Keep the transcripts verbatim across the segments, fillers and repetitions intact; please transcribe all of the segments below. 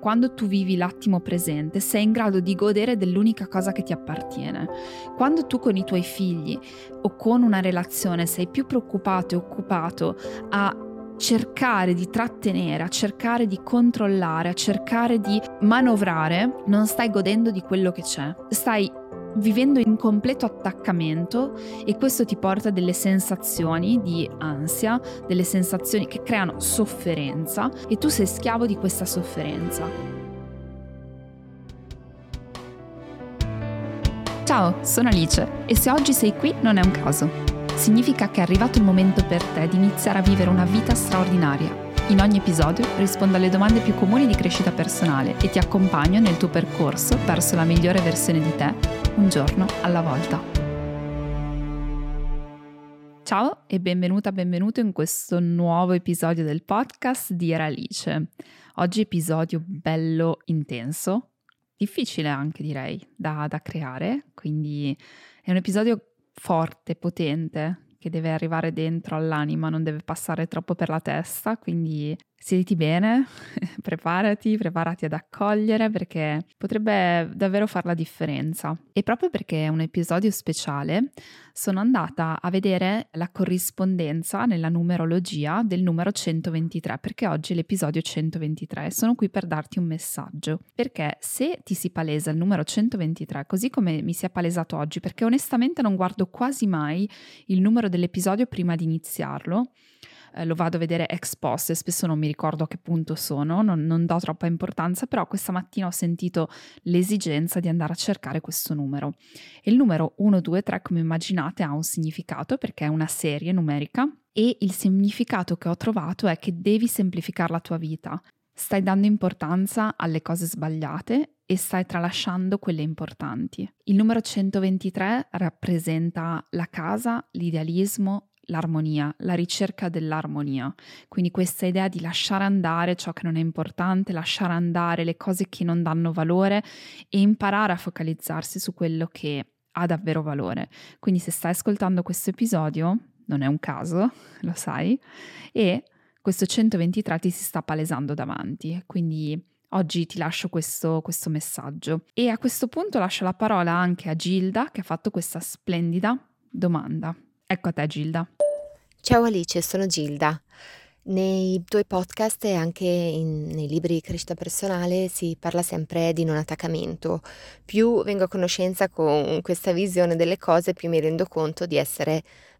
quando tu vivi l'attimo presente, sei in grado di godere dell'unica cosa che ti appartiene. Quando tu con i tuoi figli o con una relazione sei più preoccupato e occupato a cercare di trattenere, a cercare di controllare, a cercare di manovrare, non stai godendo di quello che c'è. Stai vivendo in completo attaccamento e questo ti porta delle sensazioni di ansia, delle sensazioni che creano sofferenza e tu sei schiavo di questa sofferenza. Ciao, sono Alice e se oggi sei qui non è un caso. Significa che è arrivato il momento per te di iniziare a vivere una vita straordinaria. In ogni episodio rispondo alle domande più comuni di crescita personale e ti accompagno nel tuo percorso verso la migliore versione di te, un giorno alla volta. Ciao e benvenuta, benvenuto in questo nuovo episodio del podcast di Era Alice. Oggi episodio bello intenso, difficile anche direi da, da creare, quindi è un episodio forte, potente, che deve arrivare dentro all'anima, non deve passare troppo per la testa, quindi siediti bene, preparati, preparati ad accogliere perché potrebbe davvero fare la differenza. E proprio perché è un episodio speciale, sono andata a vedere la corrispondenza nella numerologia del numero centoventitré, perché oggi è l'episodio centoventitré e sono qui per darti un messaggio. Perché se ti si palesa il numero centoventitré, così come mi si è palesato oggi, perché onestamente non guardo quasi mai il numero dell'episodio prima di iniziarlo, Eh, lo vado a vedere ex post e spesso non mi ricordo a che punto sono, non, non do troppa importanza, però questa mattina ho sentito l'esigenza di andare a cercare questo numero. E il numero uno, due, tre, come immaginate, ha un significato perché è una serie numerica e il significato che ho trovato è che devi semplificare la tua vita. Stai dando importanza alle cose sbagliate e stai tralasciando quelle importanti. Il numero centoventitré rappresenta la casa, l'idealismo, l'armonia, la ricerca dell'armonia. Quindi questa idea di lasciare andare ciò che non è importante, lasciare andare le cose che non danno valore e imparare a focalizzarsi su quello che ha davvero valore. Quindi se stai ascoltando questo episodio, non è un caso, lo sai, e questo centoventitré ti si sta palesando davanti, quindi oggi ti lascio questo, questo messaggio. E a questo punto lascio la parola anche a Gilda che ha fatto questa splendida domanda. Ecco a te Gilda. Ciao Alice, sono Gilda. Nei tuoi podcast e anche in- nei libri di crescita personale si parla sempre di non attaccamento. Più vengo a conoscenza con questa visione delle cose, più mi rendo conto di essere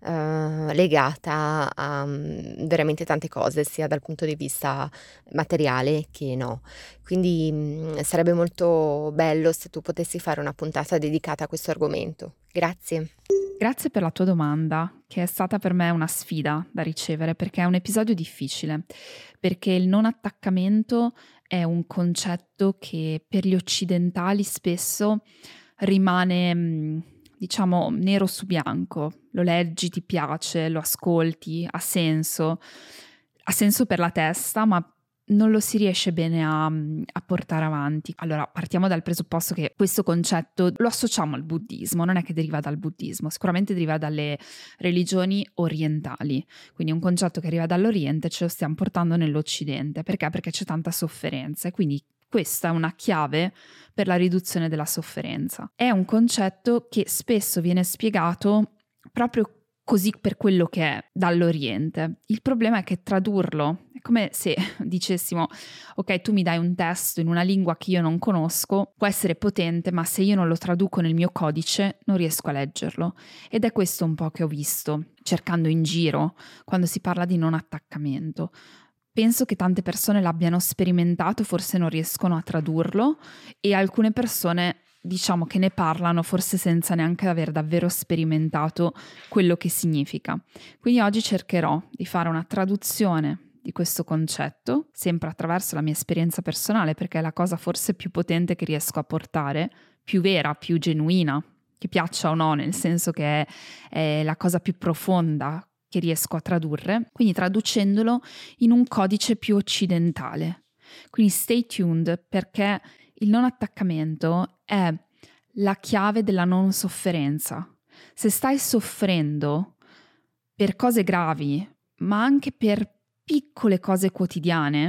eh, legata a mm, veramente tante cose, sia dal punto di vista materiale che no. Quindi mm, sarebbe molto bello se tu potessi fare una puntata dedicata a questo argomento. Grazie. Grazie per la tua domanda, che è stata per me una sfida da ricevere, perché è un episodio difficile, perché il non attaccamento è un concetto che per gli occidentali spesso rimane, mh, diciamo, nero su bianco. Lo leggi, ti piace, lo ascolti, ha senso, ha senso per la testa, ma non lo si riesce bene a, a portare avanti. Allora, partiamo dal presupposto che questo concetto lo associamo al buddismo, non è che deriva dal buddismo, sicuramente deriva dalle religioni orientali, quindi un concetto che arriva dall'Oriente ce lo stiamo portando nell'Occidente. Perché? Perché c'è tanta sofferenza e quindi questa è una chiave per la riduzione della sofferenza. È un concetto che spesso viene spiegato proprio così per quello che è dall'Oriente. Il problema è che tradurlo è come se dicessimo ok, tu mi dai un testo in una lingua che io non conosco, può essere potente, ma se io non lo traduco nel mio codice non riesco a leggerlo. Ed è questo un po' che ho visto cercando in giro quando si parla di non attaccamento. Penso che tante persone l'abbiano sperimentato, forse non riescono a tradurlo e alcune persone diciamo che ne parlano forse senza neanche aver davvero sperimentato quello che significa. Quindi oggi cercherò di fare una traduzione di questo concetto, sempre attraverso la mia esperienza personale, perché è la cosa forse più potente che riesco a portare, più vera, più genuina, che piaccia o no, nel senso che è, è la cosa più profonda che riesco a tradurre, quindi traducendolo in un codice più occidentale. Quindi stay tuned, perché il non attaccamento è la chiave della non sofferenza. Se stai soffrendo per cose gravi, ma anche per piccole cose quotidiane,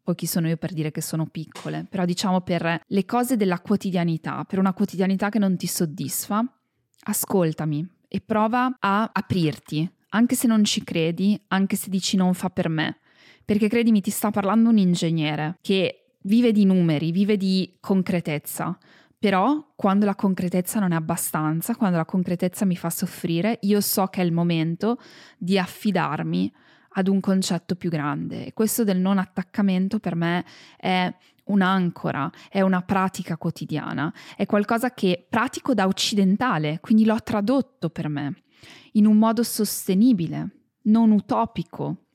Poi chi sono io per dire che sono piccole, però diciamo per le cose della quotidianità, per una quotidianità che non ti soddisfa, ascoltami e prova a aprirti, anche se non ci credi, anche se dici non fa per me, perché credimi, ti sta parlando un ingegnere che vive di numeri, vive di concretezza, però quando la concretezza non è abbastanza, quando la concretezza mi fa soffrire, io so che è il momento di affidarmi ad un concetto più grande. E questo del non attaccamento per me è un'ancora, è una pratica quotidiana, è qualcosa che pratico da occidentale, quindi l'ho tradotto per me in un modo sostenibile, non utopico,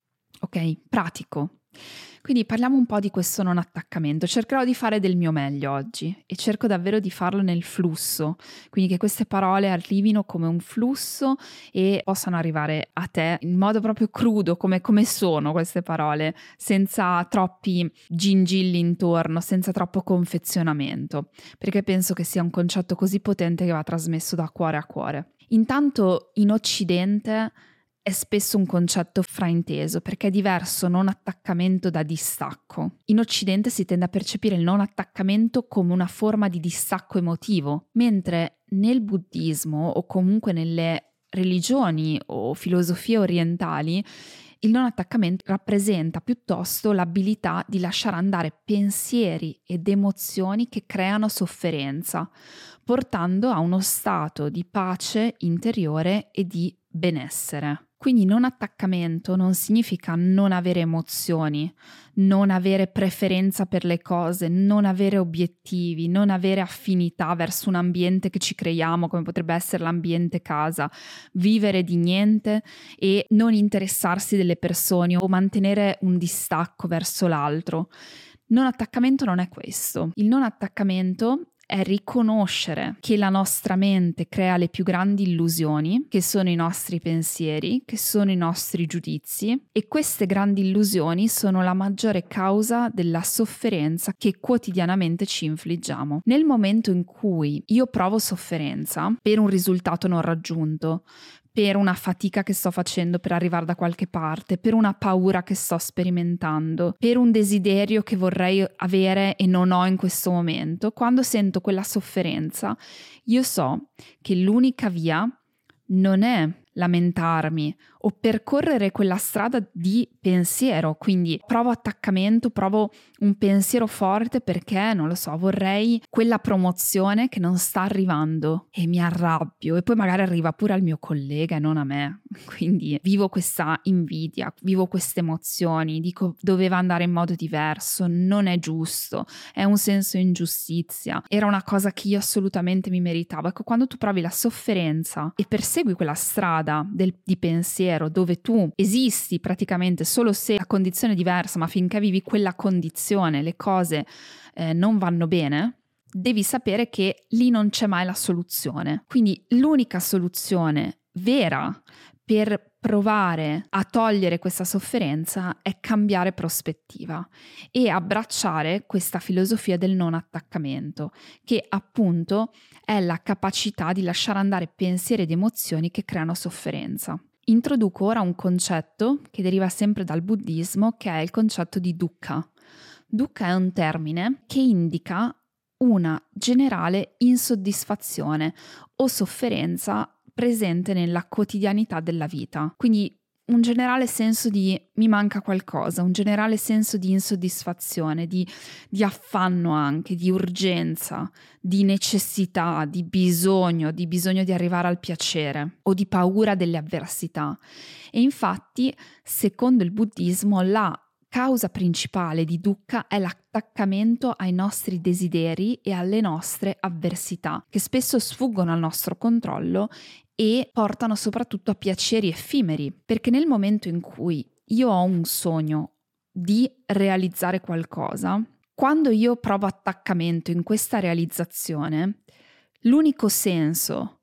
ok? Pratico. Quindi parliamo un po' di questo non attaccamento. Cercherò di fare del mio meglio oggi e cerco davvero di farlo nel flusso, quindi che queste parole arrivino come un flusso e possano arrivare a te in modo proprio crudo, come, come sono queste parole, senza troppi gingilli intorno, senza troppo confezionamento, perché penso che sia un concetto così potente che va trasmesso da cuore a cuore. Intanto in Occidente è spesso un concetto frainteso perché è diverso non attaccamento da distacco. In Occidente si tende a percepire il non attaccamento come una forma di distacco emotivo, mentre nel buddismo o comunque nelle religioni o filosofie orientali il non attaccamento rappresenta piuttosto l'abilità di lasciare andare pensieri ed emozioni che creano sofferenza, portando a uno stato di pace interiore e di benessere. Quindi non attaccamento non significa non avere emozioni, non avere preferenza per le cose, non avere obiettivi, non avere affinità verso un ambiente che ci creiamo, come potrebbe essere l'ambiente casa, vivere di niente e non interessarsi delle persone o mantenere un distacco verso l'altro. Non attaccamento non è questo. Il non attaccamento è riconoscere che la nostra mente crea le più grandi illusioni, che sono i nostri pensieri, che sono i nostri giudizi, e queste grandi illusioni sono la maggiore causa della sofferenza che quotidianamente ci infliggiamo. Nel momento in cui io provo sofferenza per un risultato non raggiunto, per una fatica che sto facendo per arrivare da qualche parte, per una paura che sto sperimentando, per un desiderio che vorrei avere e non ho in questo momento, quando sento quella sofferenza, io so che l'unica via non è lamentarmi o percorrere quella strada di pensiero, quindi provo attaccamento, provo un pensiero forte perché, non lo so, vorrei quella promozione che non sta arrivando e mi arrabbio e poi magari arriva pure al mio collega e non a me, quindi vivo questa invidia, vivo queste emozioni, dico doveva andare in modo diverso, non è giusto, è un senso di ingiustizia, era una cosa che io assolutamente mi meritavo. Ecco, quando tu provi la sofferenza e persegui quella strada del, di pensiero dove tu esisti praticamente solo se la condizione è diversa, ma finché vivi quella condizione le cose eh, non vanno bene, devi sapere che lì non c'è mai la soluzione. Quindi l'unica soluzione vera per provare a togliere questa sofferenza è cambiare prospettiva e abbracciare questa filosofia del non attaccamento, che appunto è la capacità di lasciare andare pensieri ed emozioni che creano sofferenza. Introduco ora un concetto che deriva sempre dal buddismo, che è il concetto di dukkha. Dukkha è un termine che indica una generale insoddisfazione o sofferenza presente nella quotidianità della vita. Quindi un generale senso di mi manca qualcosa, un generale senso di insoddisfazione, di, di affanno anche, di urgenza, di necessità, di bisogno, di bisogno di arrivare al piacere o di paura delle avversità. E infatti, secondo il buddismo, la causa principale di dukkha è l'attaccamento ai nostri desideri e alle nostre avversità, che spesso sfuggono al nostro controllo e portano soprattutto a piaceri effimeri, perché nel momento in cui io ho un sogno di realizzare qualcosa, quando io provo attaccamento in questa realizzazione, l'unico senso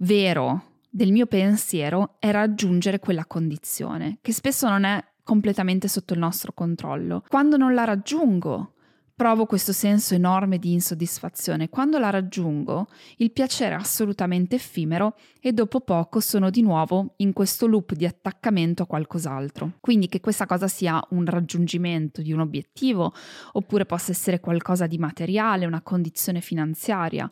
vero del mio pensiero è raggiungere quella condizione, che spesso non è completamente sotto il nostro controllo. Quando non la raggiungo, provo questo senso enorme di insoddisfazione. Quando la raggiungo, il piacere è assolutamente effimero e dopo poco sono di nuovo in questo loop di attaccamento a qualcos'altro. Quindi che questa cosa sia un raggiungimento di un obiettivo, oppure possa essere qualcosa di materiale, una condizione finanziaria.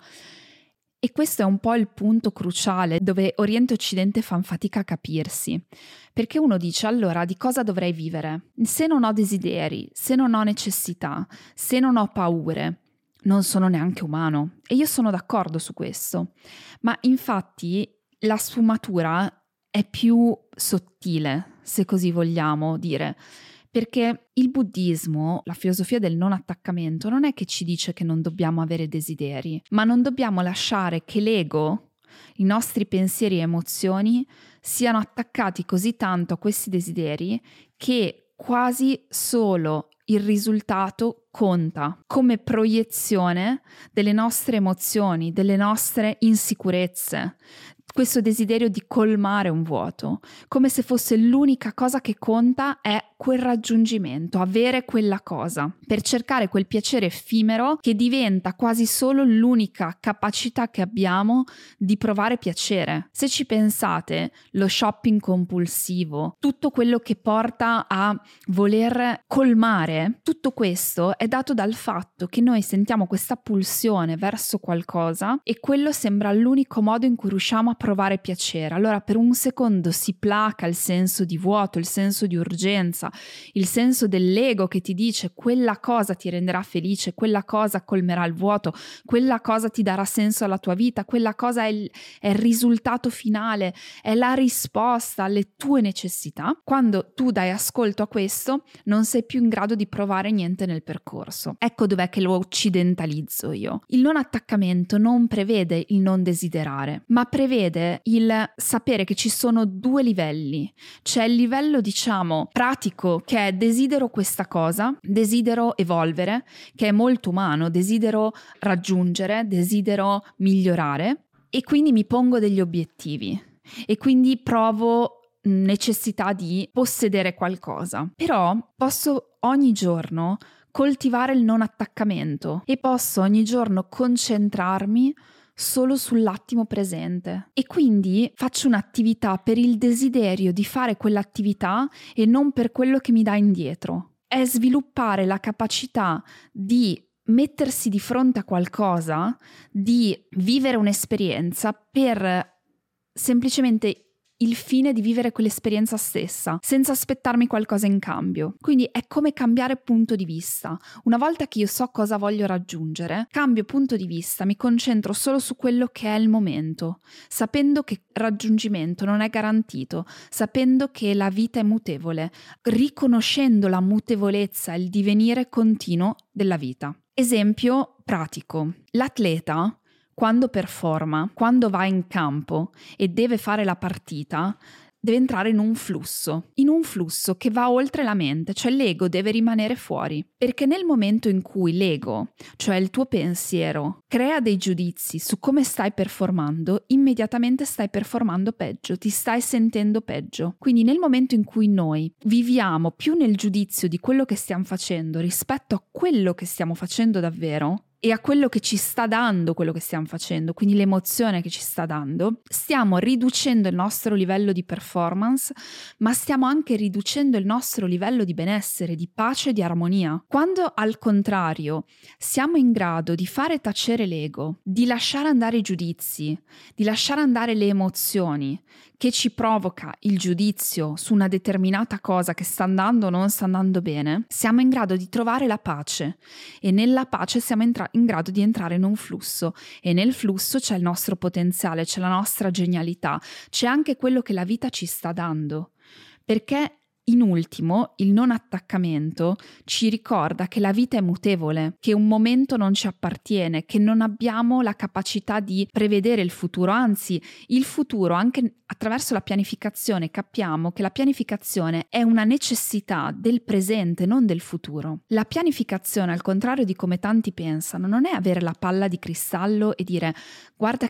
E questo è un po' il punto cruciale dove Oriente e Occidente fanno fatica a capirsi, perché uno dice: allora di cosa dovrei vivere? Se non ho desideri, se non ho necessità, se non ho paure, non sono neanche umano. E io sono d'accordo su questo, ma infatti la sfumatura è più sottile, se così vogliamo dire. Perché il buddismo, la filosofia del non attaccamento, non è che ci dice che non dobbiamo avere desideri, ma non dobbiamo lasciare che l'ego, i nostri pensieri e emozioni siano attaccati così tanto a questi desideri che quasi solo il risultato conta come proiezione delle nostre emozioni, delle nostre insicurezze, questo desiderio di colmare un vuoto, come se fosse l'unica cosa che conta è quel raggiungimento, avere quella cosa, per cercare quel piacere effimero che diventa quasi solo l'unica capacità che abbiamo di provare piacere. Se ci pensate, lo shopping compulsivo, tutto quello che porta a voler colmare, tutto questo è dato dal fatto che noi sentiamo questa pulsione verso qualcosa e quello sembra l'unico modo in cui riusciamo a provare piacere. Allora per un secondo si placa il senso di vuoto, il senso di urgenza, il senso dell'ego che ti dice quella cosa ti renderà felice, quella cosa colmerà il vuoto, quella cosa ti darà senso alla tua vita, quella cosa è il, è il risultato finale, è la risposta alle tue necessità. Quando tu dai ascolto a questo, non sei più in grado di provare niente nel percorso. Ecco dov'è che lo occidentalizzo io. Il non attaccamento non prevede il non desiderare, ma prevede il sapere che ci sono due livelli. C'è il livello, diciamo, pratico, che è desidero questa cosa, desidero evolvere, che è molto umano, desidero raggiungere, desidero migliorare e quindi mi pongo degli obiettivi e quindi provo necessità di possedere qualcosa. Però posso ogni giorno coltivare il non attaccamento e posso ogni giorno concentrarmi solo sull'attimo presente e quindi faccio un'attività per il desiderio di fare quell'attività e non per quello che mi dà indietro. È sviluppare la capacità di mettersi di fronte a qualcosa, di vivere un'esperienza per semplicemente il fine di vivere quell'esperienza stessa, senza aspettarmi qualcosa in cambio. Quindi è come cambiare punto di vista. Una volta che io so cosa voglio raggiungere, cambio punto di vista, mi concentro solo su quello che è il momento, sapendo che raggiungimento non è garantito, sapendo che la vita è mutevole, riconoscendo la mutevolezza e il divenire continuo della vita. Esempio pratico. L'atleta, quando performa, quando va in campo e deve fare la partita, deve entrare in un flusso, in un flusso che va oltre la mente, cioè l'ego deve rimanere fuori, perché nel momento in cui l'ego, cioè il tuo pensiero, crea dei giudizi su come stai performando, immediatamente stai performando peggio, ti stai sentendo peggio. Quindi nel momento in cui noi viviamo più nel giudizio di quello che stiamo facendo rispetto a quello che stiamo facendo davvero, e a quello che ci sta dando quello che stiamo facendo, quindi l'emozione che ci sta dando, stiamo riducendo il nostro livello di performance, ma stiamo anche riducendo il nostro livello di benessere, di pace e di armonia. Quando al contrario siamo in grado di fare tacere l'ego, di lasciare andare i giudizi, di lasciare andare le emozioni che ci provoca il giudizio su una determinata cosa che sta andando o non sta andando bene, siamo in grado di trovare la pace e nella pace siamo entra- in grado di entrare in un flusso e nel flusso c'è il nostro potenziale, c'è la nostra genialità, c'è anche quello che la vita ci sta dando, perché in ultimo il non attaccamento ci ricorda che la vita è mutevole, che un momento non ci appartiene, che non abbiamo la capacità di prevedere il futuro, anzi il futuro anche attraverso la pianificazione capiamo che la pianificazione è una necessità del presente, non del futuro. La pianificazione, al contrario di come tanti pensano, non è avere la palla di cristallo e dire guarda che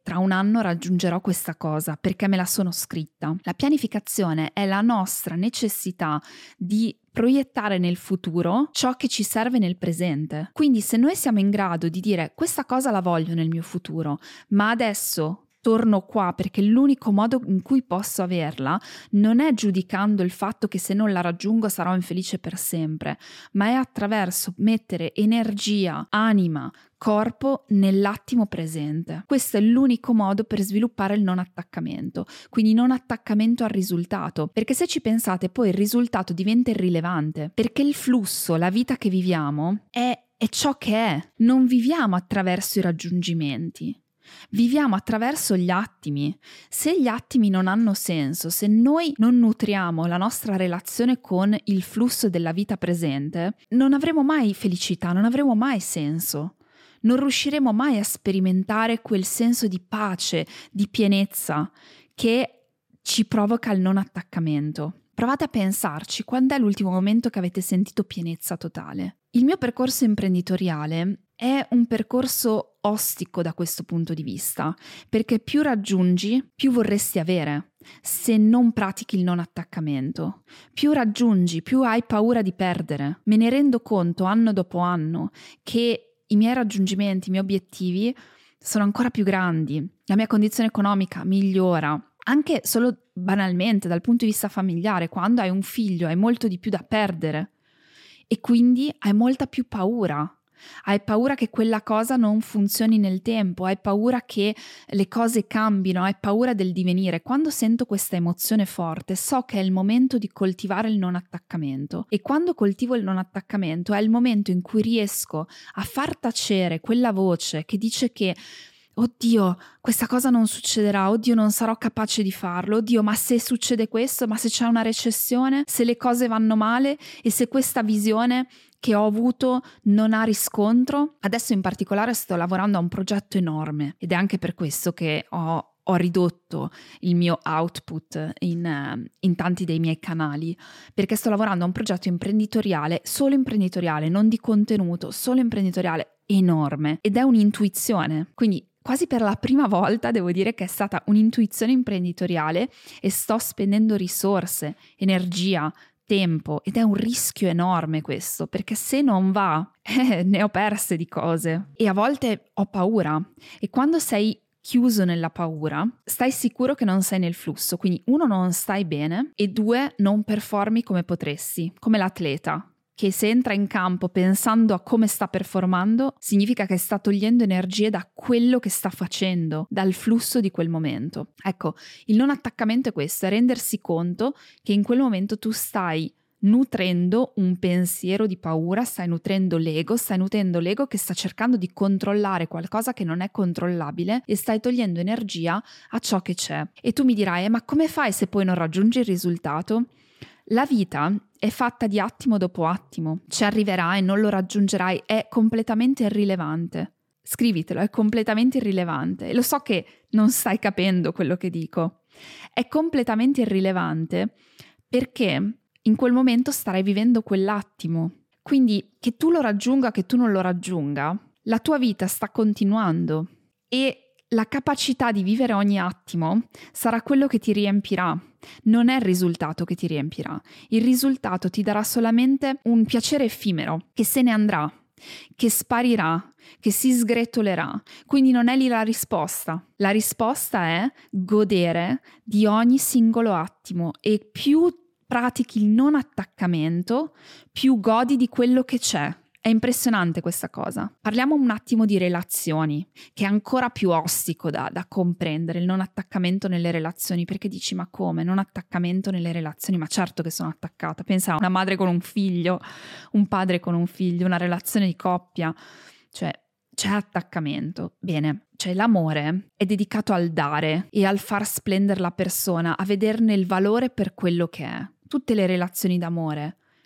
tra un anno raggiungerò questa cosa perché me la sono scritta. La pianificazione è la nostra necessità di proiettare nel futuro ciò che ci serve nel presente. Quindi se noi siamo in grado di dire questa cosa la voglio nel mio futuro, ma adesso torno qua perché l'unico modo in cui posso averla non è giudicando il fatto che se non la raggiungo sarò infelice per sempre, ma è attraverso mettere energia, anima, corpo nell'attimo presente. Questo è l'unico modo per sviluppare il non attaccamento, quindi non attaccamento al risultato, perché se ci pensate poi il risultato diventa irrilevante, perché il flusso, la vita che viviamo è, è ciò che è, non viviamo attraverso i raggiungimenti. Viviamo attraverso gli attimi. Se gli attimi non hanno senso, se noi non nutriamo la nostra relazione con il flusso della vita presente, non avremo mai felicità, non avremo mai senso. Non riusciremo mai a sperimentare quel senso di pace, di pienezza che ci provoca il non attaccamento. Provate a pensarci, quando è l'ultimo momento che avete sentito pienezza totale? Il mio percorso imprenditoriale è un percorso ostico da questo punto di vista, perché più raggiungi, più vorresti avere, se non pratichi il non attaccamento. Più raggiungi, più hai paura di perdere. Me ne rendo conto anno dopo anno che i miei raggiungimenti, i miei obiettivi sono ancora più grandi, la mia condizione economica migliora, anche solo banalmente dal punto di vista familiare. Quando hai un figlio hai molto di più da perdere e quindi hai molta più paura. Hai paura che quella cosa non funzioni nel tempo, hai paura che le cose cambino, hai paura del divenire. Quando sento questa emozione forte, so che è il momento di coltivare il non attaccamento, e quando coltivo il non attaccamento è il momento in cui riesco a far tacere quella voce che dice che oddio, questa cosa non succederà, oddio, non sarò capace di farlo, oddio, ma se succede questo, ma se c'è una recessione, se le cose vanno male e se questa visione che ho avuto non ha riscontro. Adesso in particolare sto lavorando a un progetto enorme ed è anche per questo che ho, ho ridotto il mio output in, in tanti dei miei canali, perché sto lavorando a un progetto imprenditoriale, solo imprenditoriale, non di contenuto, solo imprenditoriale, enorme, ed è un'intuizione. Quindi quasi per la prima volta devo dire che è stata un'intuizione imprenditoriale e sto spendendo risorse, energia, tempo, ed è un rischio enorme questo, perché se non va, eh, ne ho perse di cose e a volte ho paura, e quando sei chiuso nella paura stai sicuro che non sei nel flusso, quindi uno, non stai bene, e due, non performi come potresti, come l'atleta che se entra in campo pensando a come sta performando significa che sta togliendo energie da quello che sta facendo, dal flusso di quel momento. Ecco, il non attaccamento è questo, è rendersi conto che in quel momento tu stai nutrendo un pensiero di paura, stai nutrendo l'ego, stai nutrendo l'ego che sta cercando di controllare qualcosa che non è controllabile e stai togliendo energia a ciò che c'è. E tu mi dirai, eh, ma come fai se poi non raggiungi il risultato? La vita è fatta di attimo dopo attimo, ci arriverai, non lo raggiungerai, è completamente irrilevante. Scrivitelo, è completamente irrilevante. E lo so che non stai capendo quello che dico. È completamente irrilevante perché in quel momento starai vivendo quell'attimo. Quindi che tu lo raggiunga, che tu non lo raggiunga, la tua vita sta continuando e la capacità di vivere ogni attimo sarà quello che ti riempirà. Non è il risultato che ti riempirà. Il risultato ti darà solamente un piacere effimero, che se ne andrà, che sparirà, che si sgretolerà. Quindi non è lì la risposta. La risposta è godere di ogni singolo attimo, e più pratichi il non attaccamento, più godi di quello che c'è. È impressionante questa cosa. Parliamo un attimo di relazioni, che è ancora più ostico da, da comprendere, il non attaccamento nelle relazioni, perché dici, ma come? Non attaccamento nelle relazioni? Ma certo che sono attaccata. Pensa a una madre con un figlio, un padre con un figlio, una relazione di coppia, cioè c'è attaccamento. Bene, cioè l'amore è dedicato al dare e al far splendere la persona, a vederne il valore per quello che è. Tutte le relazioni d'amore,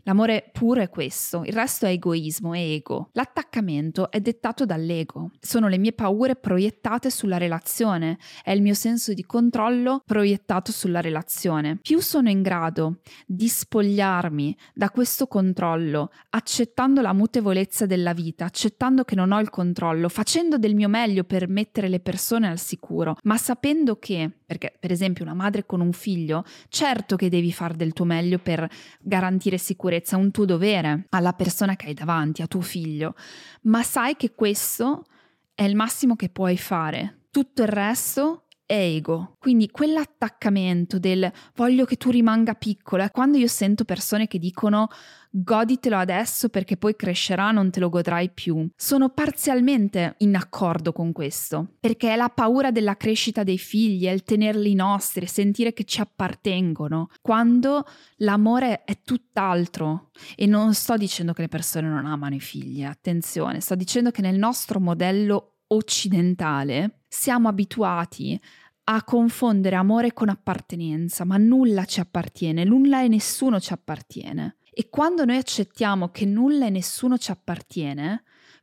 L'amore puro è questo, il resto è egoismo, è ego. L'attaccamento è dettato dall'ego. Sono le mie paure proiettate sulla relazione, è il mio senso di controllo proiettato sulla relazione. Più sono in grado di spogliarmi da questo controllo, accettando la mutevolezza della vita, accettando che non ho il controllo, facendo del mio meglio per mettere le persone al sicuro, ma sapendo che, perché per esempio una madre con un figlio, certo che devi far del tuo meglio per garantire sicurezza, è un tuo dovere alla persona che hai davanti, a tuo figlio, ma sai che questo è il massimo che puoi fare. Tutto il resto è ego. Quindi quell'attaccamento del voglio che tu rimanga piccola, quando io sento persone che dicono goditelo adesso perché poi crescerà, non te lo godrai più, sono parzialmente in accordo con questo, perché è la paura della crescita dei figli, è il tenerli nostri, sentire che ci appartengono, quando l'amore è tutt'altro. E non sto dicendo che le persone non amano i figli, attenzione, sto dicendo che nel nostro modello occidentale siamo abituati a confondere amore con appartenenza, ma nulla ci appartiene, nulla e nessuno ci appartiene. E quando noi accettiamo che nulla e nessuno ci appartiene,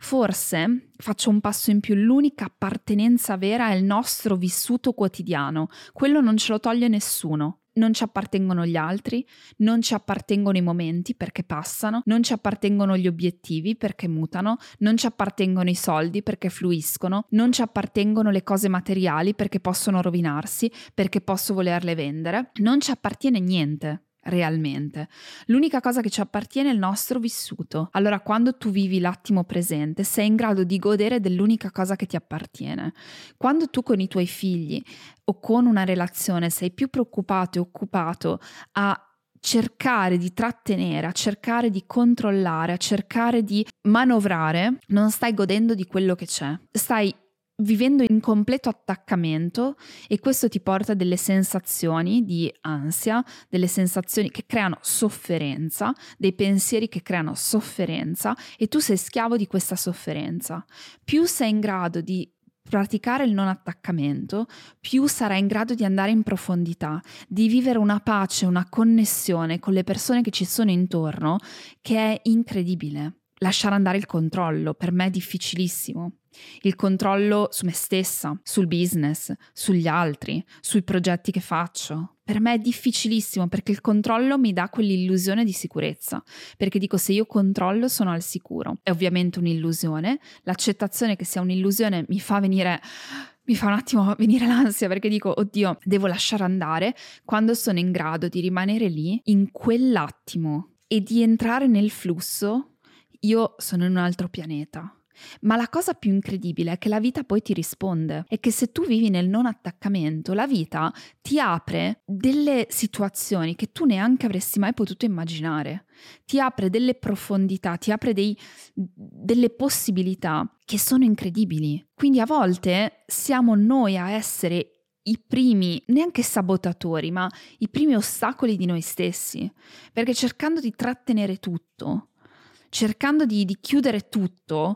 forse, faccio un passo in più, l'unica appartenenza vera è il nostro vissuto quotidiano. Quello non ce lo toglie nessuno. Non ci appartengono gli altri, non ci appartengono i momenti perché passano, non ci appartengono gli obiettivi perché mutano, non ci appartengono i soldi perché fluiscono, non ci appartengono le cose materiali perché possono rovinarsi, perché posso volerle vendere, non ci appartiene niente. Realmente. L'unica cosa che ci appartiene è il nostro vissuto. Allora, quando tu vivi l'attimo presente, sei in grado di godere dell'unica cosa che ti appartiene. Quando tu con i tuoi figli o con una relazione sei più preoccupato e occupato a cercare di trattenere, a cercare di controllare, a cercare di manovrare, non stai godendo di quello che c'è. Stai vivendo in completo attaccamento e questo ti porta delle sensazioni di ansia, delle sensazioni che creano sofferenza, dei pensieri che creano sofferenza e tu sei schiavo di questa sofferenza. Più sei in grado di praticare il non attaccamento, più sarai in grado di andare in profondità, di vivere una pace, una connessione con le persone che ci sono intorno che è incredibile. Lasciare andare il controllo per me è difficilissimo. Il controllo su me stessa, sul business, sugli altri, sui progetti che faccio. Per me è difficilissimo perché il controllo mi dà quell'illusione di sicurezza, perché dico se io controllo sono al sicuro. È ovviamente un'illusione, l'accettazione che sia un'illusione mi fa venire... mi fa un attimo venire l'ansia perché dico oddio, devo lasciare andare quando sono in grado di rimanere lì in quell'attimo e di entrare nel flusso. Io sono in un altro pianeta. Ma la cosa più incredibile è che la vita poi ti risponde e che se tu vivi nel non attaccamento, la vita ti apre delle situazioni che tu neanche avresti mai potuto immaginare, ti apre delle profondità, ti apre dei, delle possibilità che sono incredibili. Quindi a volte siamo noi a essere i primi, neanche sabotatori, ma i primi ostacoli di noi stessi, perché cercando di trattenere tutto, cercando di, di chiudere tutto,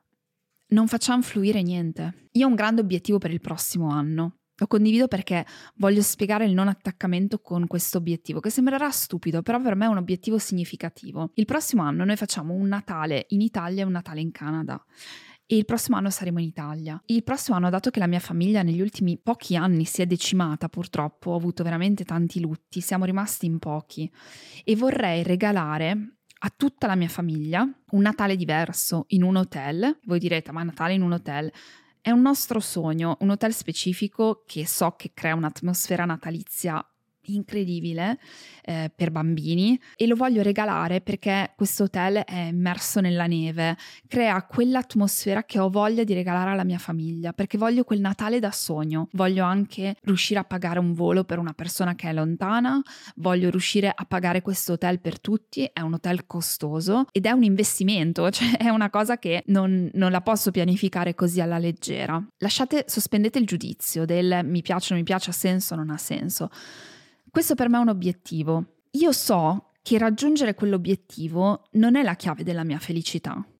non facciamo fluire niente. Io ho un grande obiettivo per il prossimo anno. Lo condivido perché voglio spiegare il non attaccamento con questo obiettivo, che sembrerà stupido, però per me è un obiettivo significativo. Il prossimo anno noi facciamo un Natale in Italia e un Natale in Canada. E il prossimo anno saremo in Italia. Il prossimo anno, dato che la mia famiglia negli ultimi pochi anni si è decimata, purtroppo, ho avuto veramente tanti lutti, siamo rimasti in pochi, e vorrei regalare a tutta la mia famiglia un Natale diverso in un hotel. Voi direte, ma Natale in un hotel? È un nostro sogno, un hotel specifico che so che crea un'atmosfera natalizia incredibile eh, per bambini, e lo voglio regalare perché questo hotel è immerso nella neve, crea quell'atmosfera che ho voglia di regalare alla mia famiglia, perché voglio quel Natale da sogno. Voglio anche riuscire a pagare un volo per una persona che è lontana, voglio riuscire a pagare questo hotel per tutti. È un hotel costoso ed è un investimento, cioè è una cosa che non, non la posso pianificare così alla leggera. Lasciate, sospendete il giudizio del mi piace, non mi piace, ha senso, non ha senso. Questo per me è un obiettivo. Io so che raggiungere quell'obiettivo non è la chiave della mia felicità.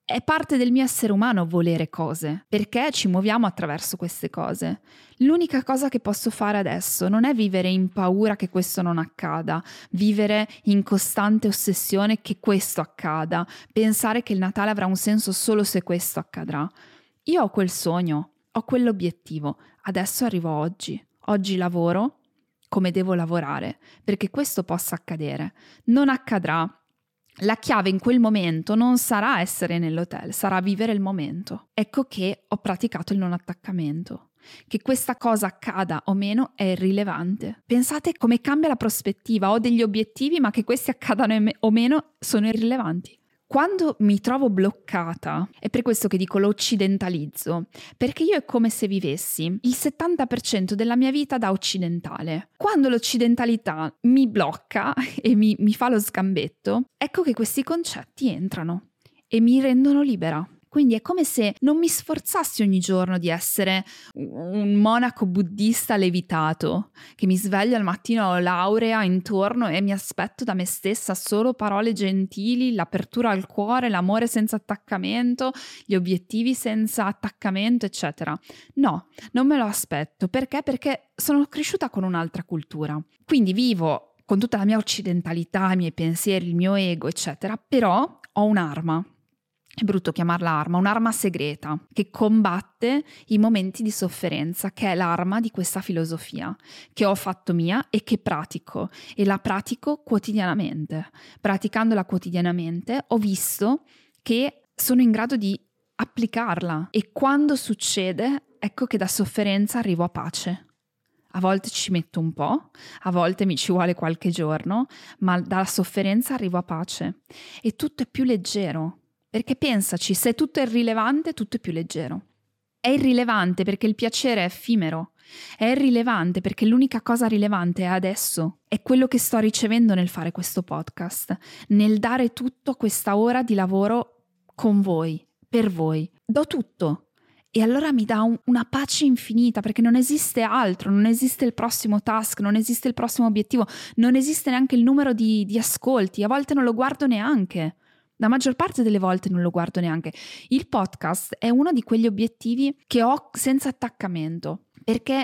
è parte del mio essere umano volere cose, perché ci muoviamo attraverso queste cose. L'unica cosa che posso fare adesso non è vivere in paura che questo non accada, vivere in costante ossessione che questo accada, pensare che il Natale avrà un senso solo se questo accadrà. Io ho quel sogno, ho quell'obiettivo, adesso arrivo oggi. Oggi lavoro come devo lavorare, perché questo possa accadere. Non accadrà. La chiave in quel momento non sarà essere nell'hotel, sarà vivere il momento. Ecco che ho praticato il non attaccamento. Che questa cosa accada o meno è irrilevante. Pensate come cambia la prospettiva. Ho degli obiettivi, ma che questi accadano o meno sono irrilevanti. Quando mi trovo bloccata, è per questo che dico lo occidentalizzo, perché io è come se vivessi il settanta per cento della mia vita da occidentale. Quando l'occidentalità mi blocca e mi, mi fa lo sgambetto, ecco che questi concetti entrano e mi rendono libera. Quindi è come se non mi sforzassi ogni giorno di essere un monaco buddista levitato, che mi sveglio al mattino, ho laurea intorno e mi aspetto da me stessa solo parole gentili, l'apertura al cuore, l'amore senza attaccamento, gli obiettivi senza attaccamento, eccetera. No, non me lo aspetto. Perché? Perché sono cresciuta con un'altra cultura. Quindi vivo con tutta la mia occidentalità, i miei pensieri, il mio ego, eccetera, però ho un'arma. È brutto chiamarla arma, un'arma segreta che combatte i momenti di sofferenza, che è l'arma di questa filosofia che ho fatto mia e che pratico, e la pratico quotidianamente. Praticandola quotidianamente ho visto che sono in grado di applicarla e quando succede, ecco che da sofferenza arrivo a pace. A volte ci metto un po', a volte mi ci vuole qualche giorno, ma dalla sofferenza arrivo a pace e tutto è più leggero. Perché pensaci, se tutto è irrilevante, tutto è più leggero. È irrilevante perché il piacere è effimero. È irrilevante perché l'unica cosa rilevante è adesso. È quello che sto ricevendo nel fare questo podcast, nel dare tutto questa ora di lavoro con voi, per voi. Do tutto. E allora mi dà un, una pace infinita, perché non esiste altro, non esiste il prossimo task, non esiste il prossimo obiettivo, non esiste neanche il numero di, di ascolti. A volte non lo guardo neanche. La maggior parte delle volte non lo guardo neanche. Il podcast è uno di quegli obiettivi che ho senza attaccamento, perché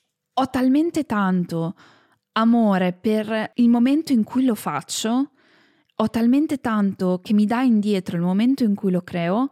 ho talmente tanto amore per il momento in cui lo faccio, ho talmente tanto che mi dà indietro il momento in cui lo creo,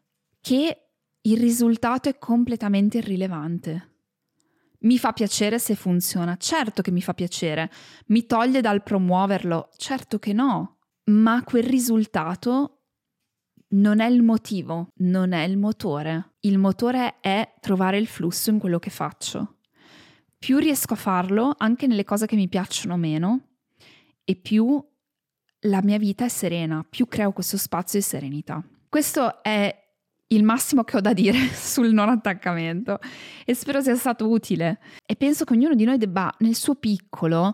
che il risultato è completamente irrilevante. Mi fa piacere se funziona, certo che mi fa piacere. Mi toglie dal promuoverlo, certo che no. Ma quel risultato non è il motivo, non è il motore. Il motore è trovare il flusso in quello che faccio. Più riesco a farlo, anche nelle cose che mi piacciono meno, e più la mia vita è serena, più creo questo spazio di serenità. Questo è il massimo che ho da dire sul non attaccamento e spero sia stato utile. E penso che ognuno di noi debba, nel suo piccolo,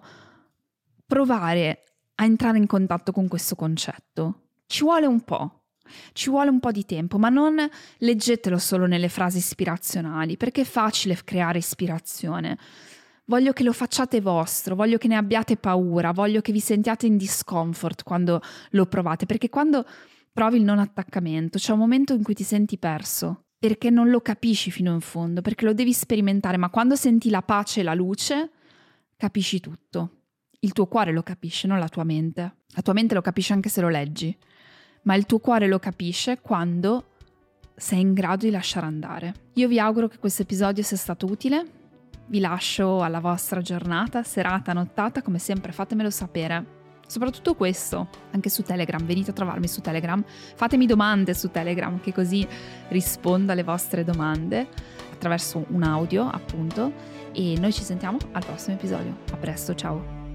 provare a entrare in contatto con questo concetto. Ci vuole un po', ci vuole un po' di tempo, ma non leggetelo solo nelle frasi ispirazionali, perché è facile creare ispirazione. Voglio che lo facciate vostro, voglio che ne abbiate paura, voglio che vi sentiate in discomfort quando lo provate, perché quando provi il non attaccamento c'è un momento in cui ti senti perso, perché non lo capisci fino in fondo, perché lo devi sperimentare, ma quando senti la pace e la luce, capisci tutto. Il tuo cuore lo capisce, non la tua mente. La tua mente lo capisce anche se lo leggi, ma il tuo cuore lo capisce quando sei in grado di lasciare andare. Io vi auguro che questo episodio sia stato utile. Vi lascio alla vostra giornata, serata, nottata, come sempre fatemelo sapere. Soprattutto questo, anche su Telegram, venite a trovarmi su Telegram, fatemi domande su Telegram, che così rispondo alle vostre domande attraverso un audio, appunto, e noi ci sentiamo al prossimo episodio. A presto, ciao!